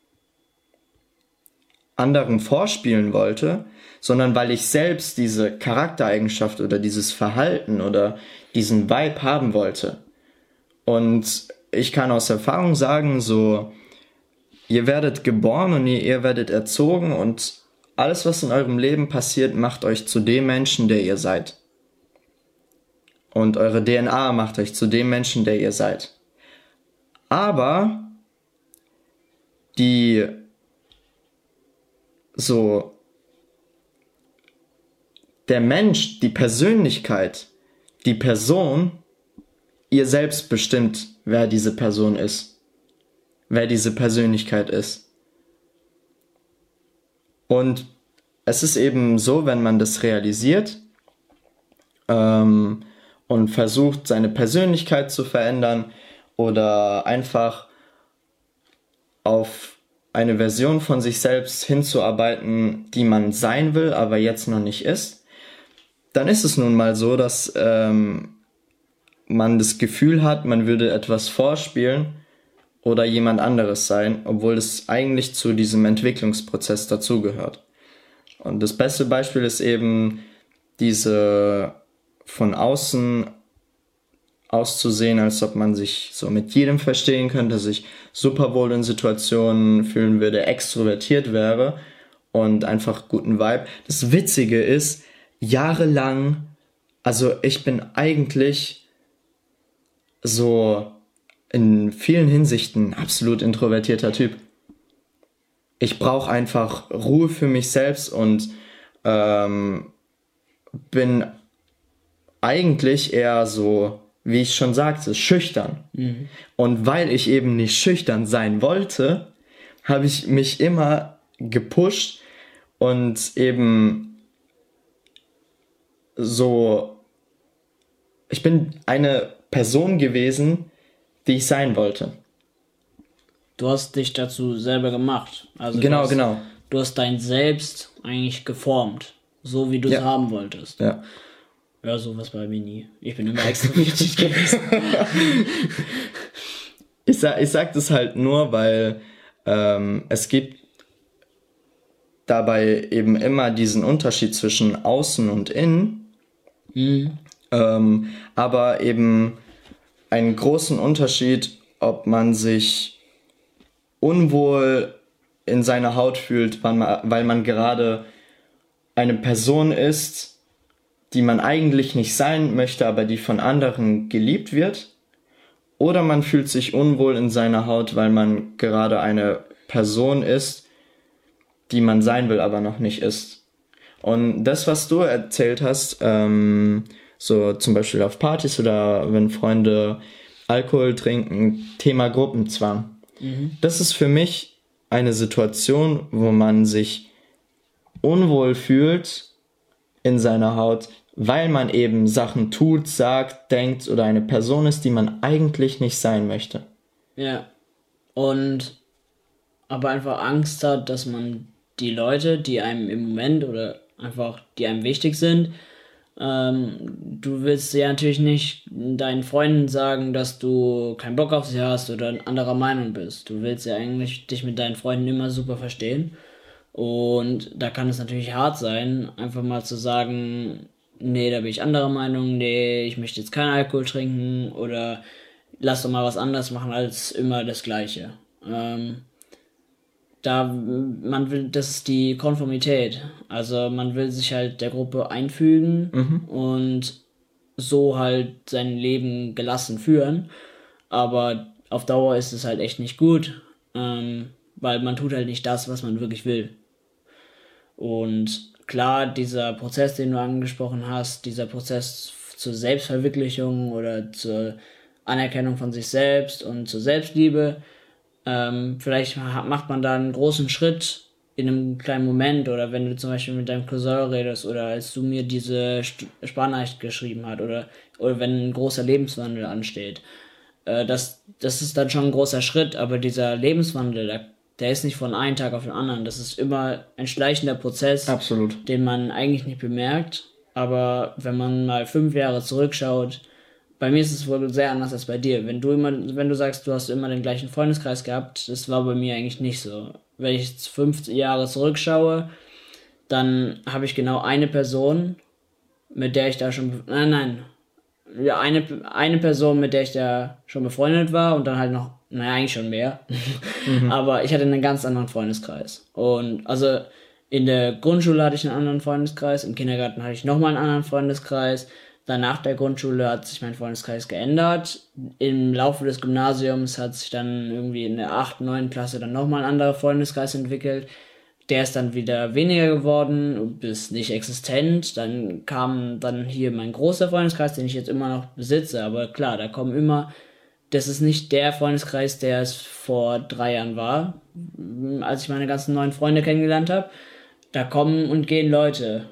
Speaker 1: anderen vorspielen wollte, sondern weil ich selbst diese Charaktereigenschaft oder dieses Verhalten oder diesen Vibe haben wollte. Und ich kann aus Erfahrung sagen, so, ihr werdet geboren und ihr werdet erzogen und alles, was in eurem Leben passiert, macht euch zu dem Menschen, der ihr seid. Und eure DNA macht euch zu dem Menschen, der ihr seid. Aber der Mensch, die Persönlichkeit, die Person, ihr selbst bestimmt, wer diese Person ist, wer diese Persönlichkeit ist. Und es ist eben so, wenn man das realisiert und versucht, seine Persönlichkeit zu verändern oder einfach auf eine Version von sich selbst hinzuarbeiten, die man sein will, aber jetzt noch nicht ist, dann ist es nun mal so, dass man das Gefühl hat, man würde etwas vorspielen oder jemand anderes sein, obwohl es eigentlich zu diesem Entwicklungsprozess dazugehört. Und das beste Beispiel ist eben diese von außen auszusehen, als ob man sich so mit jedem verstehen könnte, sich super wohl in Situationen fühlen würde, extrovertiert wäre und einfach guten Vibe. Das Witzige ist, jahrelang, also ich bin eigentlich so in vielen Hinsichten absolut introvertierter Typ. Ich brauche einfach Ruhe für mich selbst und bin eigentlich eher so, wie ich schon sagte, schüchtern. Mhm. Und weil ich eben nicht schüchtern sein wollte, habe ich mich immer gepusht und eben so, ich bin eine Person gewesen, die ich sein wollte.
Speaker 2: Du hast dich dazu selber gemacht. Also
Speaker 1: Genau.
Speaker 2: Du hast dein Selbst eigentlich geformt, so wie du es haben wolltest.
Speaker 1: Ja.
Speaker 2: Ja, sowas bei mir nie. Ich bin immer extrovertiert gewesen.
Speaker 1: Ich sag das halt nur, weil es gibt dabei eben immer diesen Unterschied zwischen außen und innen, aber eben einen großen Unterschied, ob man sich unwohl in seiner Haut fühlt, weil man gerade eine Person ist, die man eigentlich nicht sein möchte, aber die von anderen geliebt wird, oder man fühlt sich unwohl in seiner Haut, weil man gerade eine Person ist, die man sein will, aber noch nicht ist. Und das, was du erzählt hast, so zum Beispiel auf Partys oder wenn Freunde Alkohol trinken, Thema Gruppenzwang. Das ist für mich eine Situation, wo man sich unwohl fühlt in seiner Haut, weil man eben Sachen tut, sagt, denkt oder eine Person ist, die man eigentlich nicht sein möchte.
Speaker 2: Ja. Und aber einfach Angst hat, dass man die Leute, die einem im Moment oder einfach, die einem wichtig sind, du willst ja natürlich nicht deinen Freunden sagen, dass du keinen Bock auf sie hast oder anderer Meinung bist. Du willst ja eigentlich dich mit deinen Freunden immer super verstehen. Und da kann es natürlich hart sein, einfach mal zu sagen, nee, da bin ich anderer Meinung, nee, ich möchte jetzt keinen Alkohol trinken oder lass doch mal was anderes machen als immer das Gleiche. Das ist die Konformität. Also man will sich halt der Gruppe einfügen und so halt sein Leben gelassen führen. Aber auf Dauer ist es halt echt nicht gut, weil man tut halt nicht das, was man wirklich will. Und klar, dieser Prozess, den du angesprochen hast, dieser Prozess zur Selbstverwirklichung oder zur Anerkennung von sich selbst und zur Selbstliebe, vielleicht macht man da einen großen Schritt in einem kleinen Moment oder wenn du zum Beispiel mit deinem Cousin redest oder als du mir diese Sprachnachricht geschrieben hast oder wenn ein großer Lebenswandel ansteht. Das ist dann schon ein großer Schritt, aber dieser Lebenswandel, der ist nicht von einem Tag auf den anderen. Das ist immer ein schleichender Prozess,
Speaker 1: Absolut.
Speaker 2: Den man eigentlich nicht bemerkt. Aber wenn man mal 5 Jahre zurückschaut, bei mir ist es wohl sehr anders als bei dir. Wenn du sagst, du hast immer den gleichen Freundeskreis gehabt, das war bei mir eigentlich nicht so. Wenn ich jetzt 5 Jahre zurückschaue, dann habe ich genau eine Person, mit der ich da schon... Ja, eine Person, mit der ich da schon befreundet war und dann halt noch, eigentlich schon mehr. Aber ich hatte einen ganz anderen Freundeskreis. Und also in der Grundschule hatte ich einen anderen Freundeskreis, im Kindergarten hatte ich nochmal einen anderen Freundeskreis. Dann nach der Grundschule hat sich mein Freundeskreis geändert. Im Laufe des Gymnasiums hat sich dann irgendwie in der 8., 9. Klasse dann nochmal ein anderer Freundeskreis entwickelt. Der ist dann wieder weniger geworden, bis nicht existent. Dann kam dann hier mein großer Freundeskreis, den ich jetzt immer noch besitze. Aber klar, da kommen immer... Das ist nicht der Freundeskreis, der es vor 3 Jahren war, als ich meine ganzen neuen Freunde kennengelernt habe. Da kommen und gehen Leute.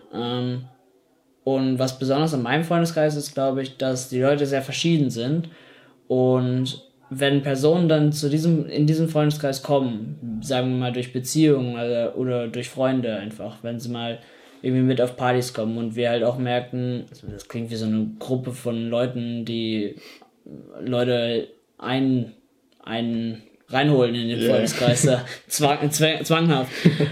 Speaker 2: Und was besonders an meinem Freundeskreis ist, glaube ich, dass die Leute sehr verschieden sind. Und wenn Personen dann in diesem Freundeskreis kommen, sagen wir mal durch Beziehungen oder durch Freunde einfach, wenn sie mal irgendwie mit auf Partys kommen und wir halt auch merken, das klingt wie so eine Gruppe von Leuten, die Leute einen reinholen in den Freundeskreis, zwanghaft.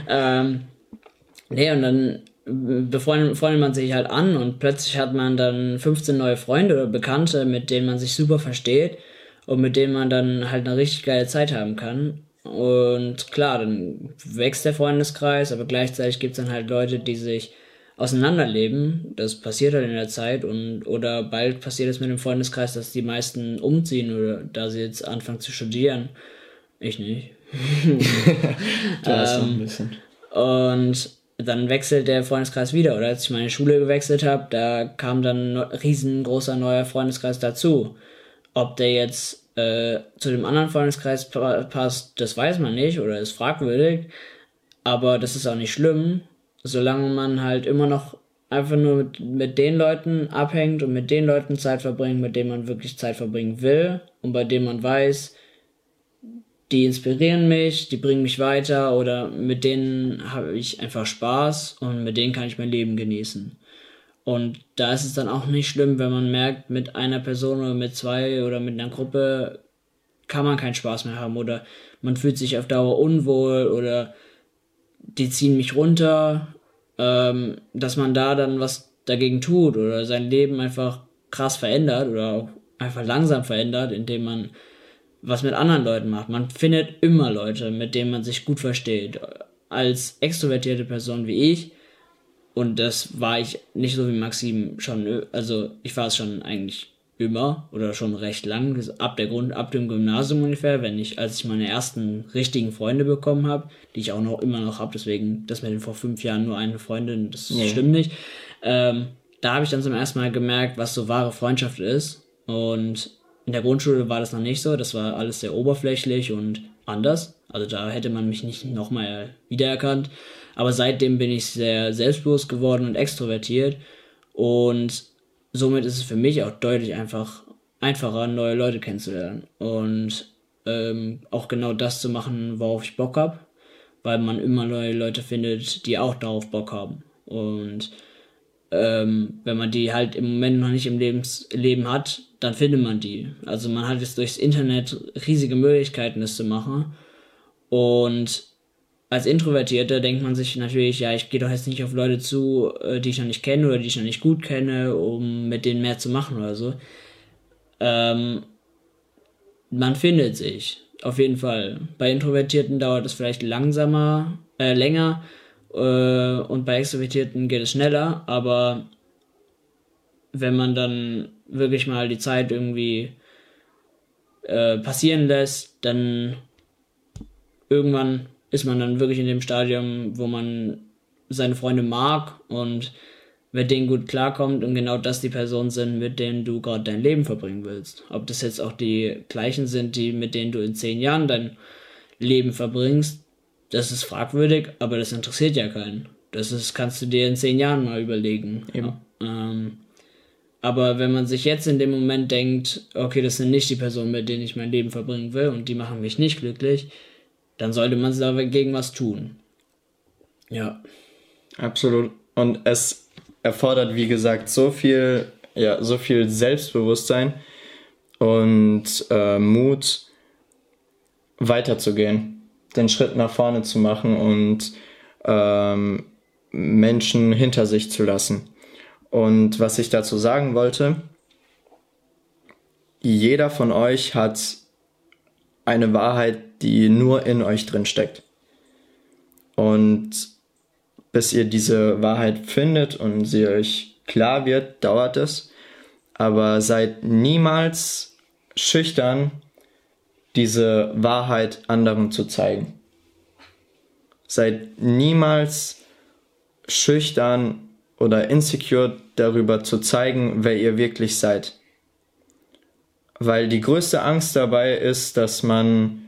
Speaker 2: Und dann befreundet man sich halt an und plötzlich hat man dann 15 neue Freunde oder Bekannte, mit denen man sich super versteht und mit denen man dann halt eine richtig geile Zeit haben kann. Und klar, dann wächst der Freundeskreis, aber gleichzeitig gibt es dann halt Leute, die sich auseinanderleben. Das passiert halt in der Zeit oder bald passiert es mit dem Freundeskreis, dass die meisten umziehen oder da sie jetzt anfangen zu studieren. Ich nicht.
Speaker 1: Du hast noch ein bisschen.
Speaker 2: Und dann wechselt der Freundeskreis wieder. Oder als ich meine Schule gewechselt habe, da kam dann ein riesengroßer neuer Freundeskreis dazu. Ob der jetzt zu dem anderen Freundeskreis passt, das weiß man nicht oder ist fragwürdig. Aber das ist auch nicht schlimm, solange man halt immer noch einfach nur mit den Leuten abhängt und mit den Leuten Zeit verbringt, mit denen man wirklich Zeit verbringen will und bei denen man weiß, die inspirieren mich, die bringen mich weiter oder mit denen habe ich einfach Spaß und mit denen kann ich mein Leben genießen. Und da ist es dann auch nicht schlimm, wenn man merkt, mit einer Person oder mit zwei oder mit einer Gruppe kann man keinen Spaß mehr haben oder man fühlt sich auf Dauer unwohl oder die ziehen mich runter, dass man da dann was dagegen tut oder sein Leben einfach krass verändert oder auch einfach langsam verändert, indem man was mit anderen Leuten macht. Man findet immer Leute, mit denen man sich gut versteht. Als extrovertierte Person wie ich, und das war ich nicht so wie Maxim schon, also ich war es schon eigentlich immer oder schon recht lang, ab dem Gymnasium ungefähr, als ich meine ersten richtigen Freunde bekommen habe, die ich auch noch immer noch habe, deswegen, das mit den vor 5 Jahren nur eine Freundin, das stimmt nicht. Da habe ich dann zum ersten Mal gemerkt, was so wahre Freundschaft ist, und in der Grundschule war das noch nicht so, das war alles sehr oberflächlich und anders, also da hätte man mich nicht nochmal wiedererkannt, aber seitdem bin ich sehr selbstbewusst geworden und extrovertiert und somit ist es für mich auch deutlich einfacher, neue Leute kennenzulernen und auch genau das zu machen, worauf ich Bock habe, weil man immer neue Leute findet, die auch darauf Bock haben. Und wenn man die halt im Moment noch nicht im Leben hat, dann findet man die. Also man hat jetzt durchs Internet riesige Möglichkeiten, das zu machen. Und als Introvertierter denkt man sich natürlich, ja, ich gehe doch jetzt nicht auf Leute zu, die ich noch nicht kenne oder die ich noch nicht gut kenne, um mit denen mehr zu machen oder so. Man findet sich, auf jeden Fall. Bei Introvertierten dauert es vielleicht länger, und bei Extrovertierten geht es schneller, aber wenn man dann wirklich mal die Zeit irgendwie passieren lässt, dann irgendwann ist man dann wirklich in dem Stadium, wo man seine Freunde mag und mit denen gut klarkommt und genau das die Personen sind, mit denen du gerade dein Leben verbringen willst. Ob das jetzt auch die gleichen sind, mit denen du in 10 Jahren dein Leben verbringst, das ist fragwürdig, aber das interessiert ja keinen. Kannst du dir in 10 Jahren mal überlegen. Ja. Aber wenn man sich jetzt in dem Moment denkt, okay, das sind nicht die Personen, mit denen ich mein Leben verbringen will und die machen mich nicht glücklich, dann sollte man dagegen was tun. Ja.
Speaker 1: Absolut. Und es erfordert, wie gesagt, so viel Selbstbewusstsein und Mut, weiterzugehen, den Schritt nach vorne zu machen und Menschen hinter sich zu lassen. Und was ich dazu sagen wollte, jeder von euch hat eine Wahrheit, die nur in euch drin steckt. Und bis ihr diese Wahrheit findet und sie euch klar wird, dauert es. Aber seid niemals schüchtern, diese Wahrheit anderen zu zeigen. Seid niemals schüchtern oder insecure darüber zu zeigen, wer ihr wirklich seid. Weil die größte Angst dabei ist, dass man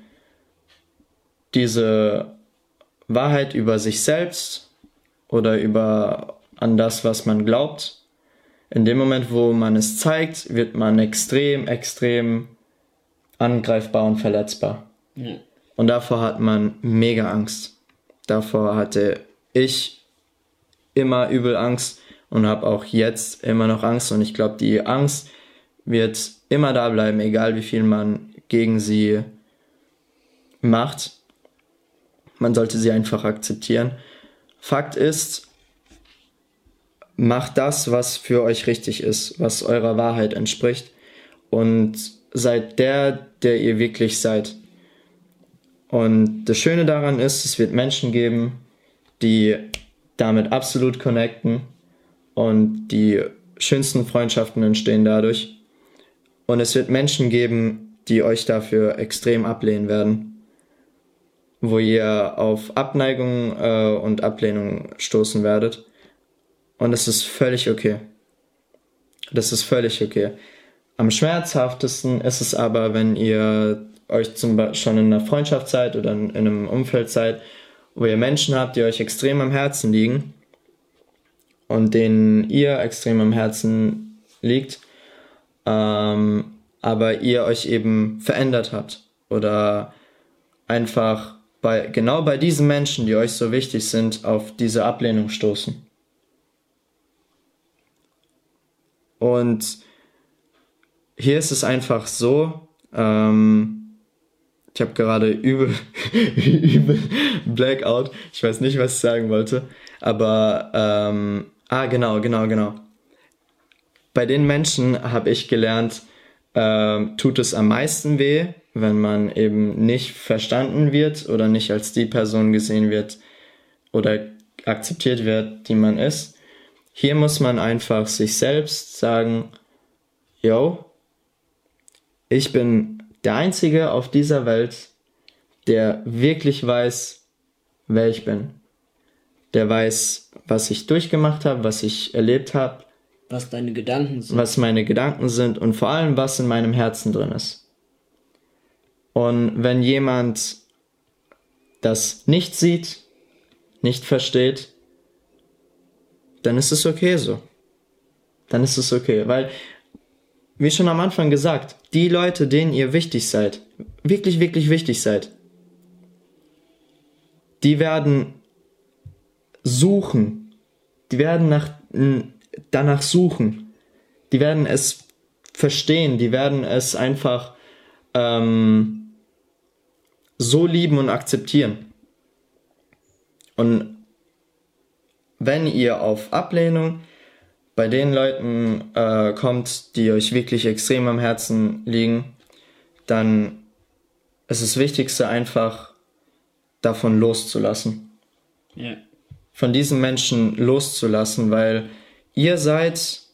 Speaker 1: diese Wahrheit über sich selbst oder an das, was man glaubt, in dem Moment, wo man es zeigt, wird man extrem, extrem angreifbar und verletzbar. Ja. Und davor hat man mega Angst. Davor hatte ich immer übel Angst und habe auch jetzt immer noch Angst. Und ich glaube, die Angst wird immer da bleiben, egal wie viel man gegen sie macht. Man sollte sie einfach akzeptieren. Fakt ist, macht das, was für euch richtig ist, was eurer Wahrheit entspricht und seid der ihr wirklich seid. Und das Schöne daran ist, es wird Menschen geben, die damit absolut connecten und die schönsten Freundschaften entstehen dadurch. Und es wird Menschen geben, die euch dafür extrem ablehnen werden, wo ihr auf Abneigung und Ablehnung stoßen werdet. Und das ist völlig okay. Das ist völlig okay. Am schmerzhaftesten ist es aber, wenn ihr euch zum Beispiel schon in einer Freundschaft seid oder in einem Umfeld seid, wo ihr Menschen habt, die euch extrem am Herzen liegen und denen ihr extrem am Herzen liegt, aber ihr euch eben verändert habt oder einfach genau bei diesen Menschen, die euch so wichtig sind, auf diese Ablehnung stoßen. Und hier ist es einfach so, ich habe gerade übel Blackout, ich weiß nicht, was ich sagen wollte, aber, genau. Bei den Menschen habe ich gelernt, tut es am meisten weh, wenn man eben nicht verstanden wird oder nicht als die Person gesehen wird oder akzeptiert wird, die man ist. Hier muss man einfach sich selbst sagen, yo, ich bin der Einzige auf dieser Welt, der wirklich weiß, wer ich bin. Der weiß, was ich durchgemacht habe, was ich erlebt habe.
Speaker 2: Was deine Gedanken sind.
Speaker 1: Was meine Gedanken sind und vor allem, was in meinem Herzen drin ist. Und wenn jemand das nicht sieht, nicht versteht, dann ist es okay so. Dann ist es okay, weil, wie schon am Anfang gesagt, die Leute, denen ihr wichtig seid, wirklich, wirklich wichtig seid, die werden suchen, die werden danach suchen, die werden es verstehen, die werden es einfach so lieben und akzeptieren. Und wenn ihr auf Ablehnung bei den Leuten kommt, die euch wirklich extrem am Herzen liegen, dann ist das Wichtigste einfach davon loszulassen.
Speaker 2: Ja.
Speaker 1: Von diesen Menschen loszulassen, weil ihr selbst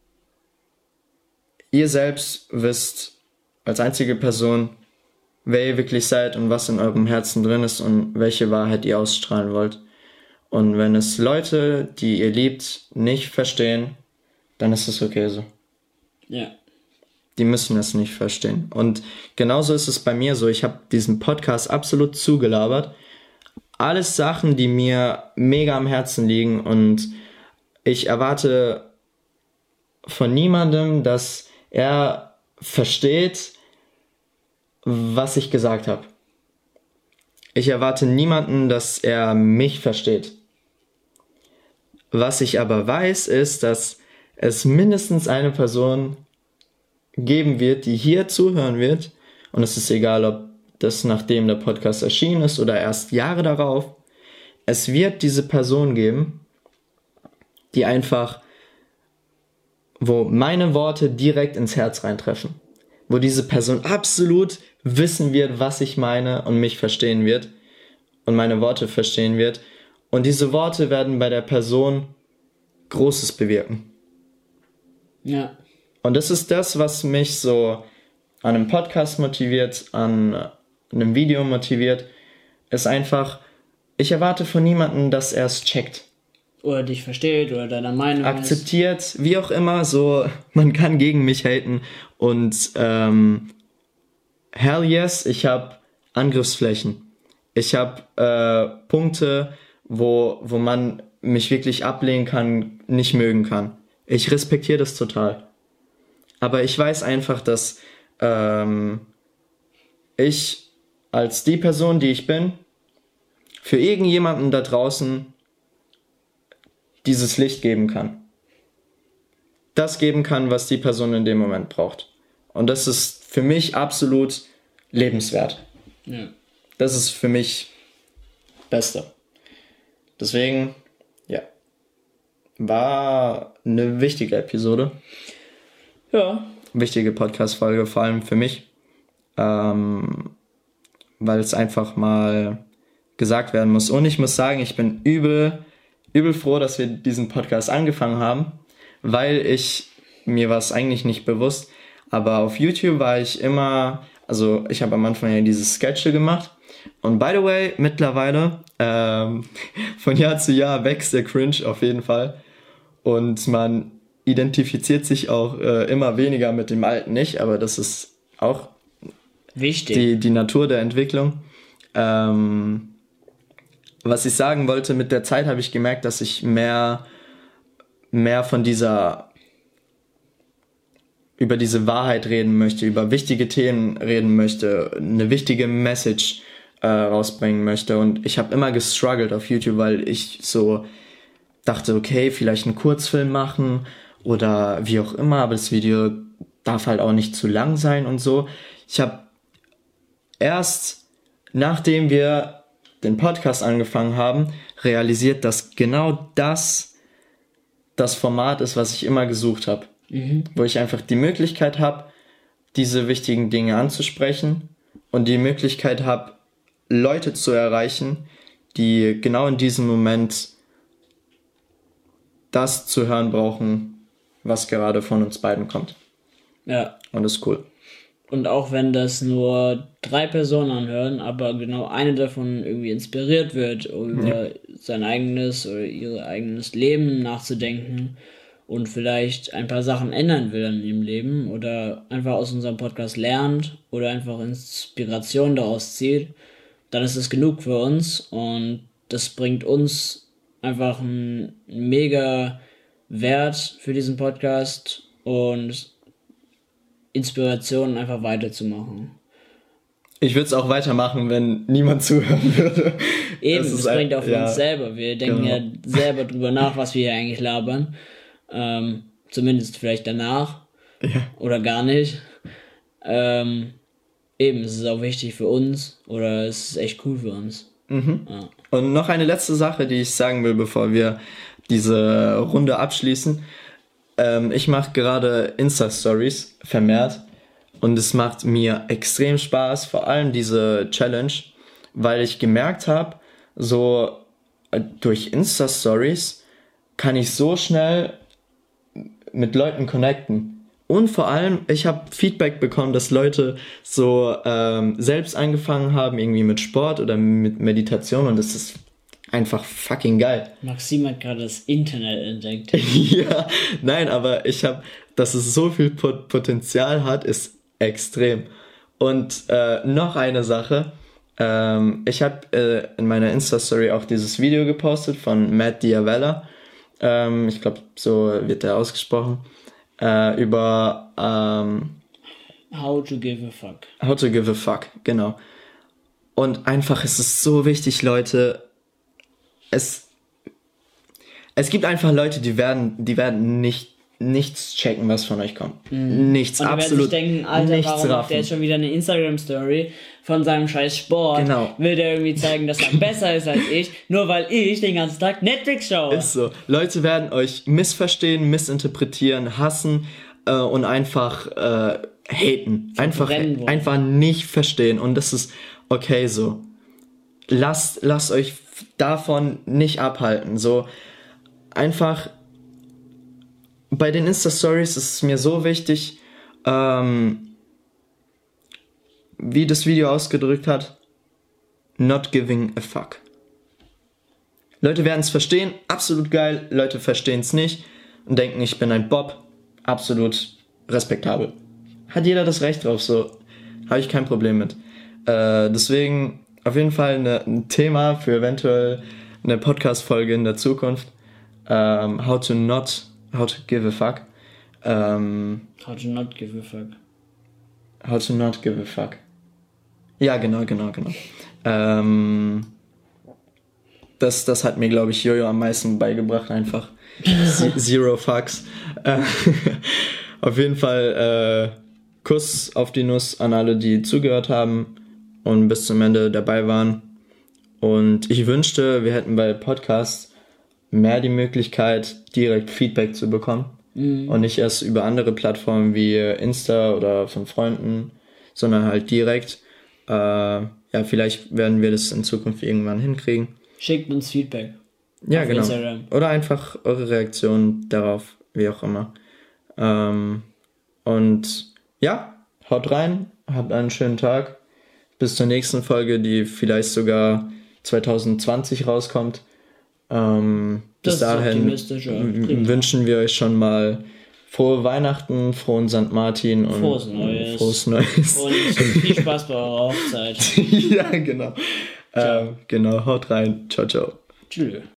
Speaker 1: wisst als einzige Person, wer ihr wirklich seid und was in eurem Herzen drin ist und welche Wahrheit ihr ausstrahlen wollt. Und wenn es Leute, die ihr liebt, nicht verstehen, dann ist es okay so.
Speaker 2: Ja.
Speaker 1: Die müssen es nicht verstehen. Und genauso ist es bei mir so. Ich habe diesen Podcast absolut zugelabert. Alles Sachen, die mir mega am Herzen liegen. Und ich erwarte von niemandem, dass er versteht, was ich gesagt habe. Ich erwarte niemanden, dass er mich versteht. Was ich aber weiß, ist, dass es mindestens eine Person geben wird, die hier zuhören wird. Und es ist egal, ob das nachdem der Podcast erschienen ist oder erst Jahre darauf. Es wird diese Person geben, die einfach, wo meine Worte direkt ins Herz reintreffen. Wo diese Person absolut wissen wird, was ich meine und mich verstehen wird und meine Worte verstehen wird. Und diese Worte werden bei der Person Großes bewirken.
Speaker 2: Ja.
Speaker 1: Und das ist das, was mich so an einem Podcast motiviert, an einem Video motiviert, ist einfach, ich erwarte von niemandem, dass er es checkt.
Speaker 2: Oder dich versteht oder deiner Meinung
Speaker 1: akzeptiert, ist. Wie auch immer, so, man kann gegen mich haten und hell yes, ich habe Angriffsflächen. Ich habe Punkte, wo man mich wirklich ablehnen kann, nicht mögen kann. Ich respektiere das total. Aber ich weiß einfach, dass ich als die Person, die ich bin, für irgendjemanden da draußen dieses Licht geben kann. Das geben kann, was die Person in dem Moment braucht. Und das ist für mich absolut lebenswert.
Speaker 2: Ja.
Speaker 1: Das ist für mich Beste. Deswegen, ja, war eine wichtige Episode.
Speaker 2: Ja.
Speaker 1: Wichtige Podcast-Folge, vor allem für mich. Weil es einfach mal gesagt werden muss. Und ich muss sagen, ich bin übel froh, dass wir diesen Podcast angefangen haben, weil mir war es eigentlich nicht bewusst, aber auf YouTube war ich immer, also ich habe am Anfang ja diese Sketche gemacht und by the way, mittlerweile von Jahr zu Jahr wächst der Cringe auf jeden Fall und man identifiziert sich auch immer weniger mit dem Alten nicht, aber das ist auch
Speaker 2: wichtig.
Speaker 1: Die Natur der Entwicklung. Was ich sagen wollte, mit der Zeit habe ich gemerkt, dass ich mehr mehr über diese Wahrheit reden möchte, über wichtige Themen reden möchte, eine wichtige Message rausbringen möchte. Und ich habe immer gestruggelt auf YouTube, weil ich so dachte, okay, vielleicht einen Kurzfilm machen oder wie auch immer, aber das Video darf halt auch nicht zu lang sein und so. Ich habe erst, nachdem wir den Podcast angefangen haben, realisiert, dass genau das Format ist, was ich immer gesucht habe. Wo ich einfach die Möglichkeit habe, diese wichtigen Dinge anzusprechen und die Möglichkeit habe, Leute zu erreichen, die genau in diesem Moment das zu hören brauchen, was gerade von uns beiden kommt.
Speaker 2: Ja.
Speaker 1: Und das ist cool.
Speaker 2: Und auch wenn das nur 3 Personen anhören, aber genau eine davon irgendwie inspiriert wird, über sein eigenes oder ihr eigenes Leben nachzudenken und vielleicht ein paar Sachen ändern will in ihrem Leben oder einfach aus unserem Podcast lernt oder einfach Inspiration daraus zieht, dann ist es genug für uns und das bringt uns einfach einen mega Wert für diesen Podcast und Inspiration einfach weiterzumachen.
Speaker 1: Ich würde es auch weitermachen, wenn niemand zuhören würde.
Speaker 2: Eben, das bringt auch für uns selber. Wir denken ja selber drüber nach, was wir hier eigentlich labern. Zumindest vielleicht danach. Ja. Oder gar nicht. Eben, es ist auch wichtig für uns. Oder es ist echt cool für uns. Ja.
Speaker 1: Und noch eine letzte Sache, die ich sagen will, bevor wir diese Runde abschließen. Ich mache gerade Insta-Stories vermehrt. Und es macht mir extrem Spaß, vor allem diese Challenge, weil ich gemerkt habe, so durch Insta-Stories kann ich so schnell mit Leuten connecten. Und vor allem, ich habe Feedback bekommen, dass Leute so selbst angefangen haben, irgendwie mit Sport oder mit Meditation und das ist einfach fucking geil.
Speaker 2: Maxim hat gerade das Internet entdeckt.
Speaker 1: Ja, nein, aber dass es so viel Potenzial hat, ist extrem. Und noch eine Sache, ich habe in meiner Insta-Story auch dieses Video gepostet von Matt Diavella, ich glaube, so wird er ausgesprochen, über
Speaker 2: How to give a fuck.
Speaker 1: How to give a fuck, genau. Und einfach ist es so wichtig, Leute, es gibt einfach Leute, die werden nichts checken, was von euch kommt. Nichts,
Speaker 2: und
Speaker 1: absolut
Speaker 2: sich denken, Alter,
Speaker 1: nichts
Speaker 2: warum macht der jetzt schon wieder eine Instagram-Story von seinem scheiß Sport?
Speaker 1: Genau.
Speaker 2: Will der irgendwie zeigen, dass er besser ist als ich, nur weil ich den ganzen Tag Netflix schaue?
Speaker 1: Ist so. Leute werden euch missverstehen, missinterpretieren, hassen und einfach haten. Einfach nicht verstehen. Und das ist okay so. Lasst euch davon nicht abhalten. So einfach bei den Insta-Stories ist es mir so wichtig, wie das Video ausgedrückt hat, not giving a fuck. Leute werden es verstehen, absolut geil. Leute verstehen es nicht und denken, ich bin ein Bob, absolut respektabel. Hat jeder das Recht drauf, so habe ich kein Problem mit. Deswegen auf jeden Fall ein Thema für eventuell eine Podcast-Folge in der Zukunft. How to give a fuck.
Speaker 2: How to not give a fuck.
Speaker 1: How to not give a fuck. Ja, genau. Das hat mir, glaube ich, Jojo am meisten beigebracht, einfach. Zero fucks. Auf jeden Fall Kuss auf die Nuss an alle, die zugehört haben und bis zum Ende dabei waren. Und ich wünschte, wir hätten bei Podcasts mehr die Möglichkeit, direkt Feedback zu bekommen. Und nicht erst über andere Plattformen wie Insta oder von Freunden, sondern halt direkt. Vielleicht werden wir das in Zukunft irgendwann hinkriegen.
Speaker 2: Schickt uns Feedback.
Speaker 1: Ja, genau. Instagram. Oder einfach eure Reaktion darauf, wie auch immer. Und ja, haut rein, habt einen schönen Tag. Bis zur nächsten Folge, die vielleicht sogar 2020 rauskommt. Bis dahin wünschen wir euch schon mal frohe Weihnachten, frohen St. Martin und frohes Neues.
Speaker 2: Und viel Spaß bei eurer Hochzeit.
Speaker 1: Ja, genau. Genau, haut rein. Ciao, ciao.
Speaker 2: Tschüss.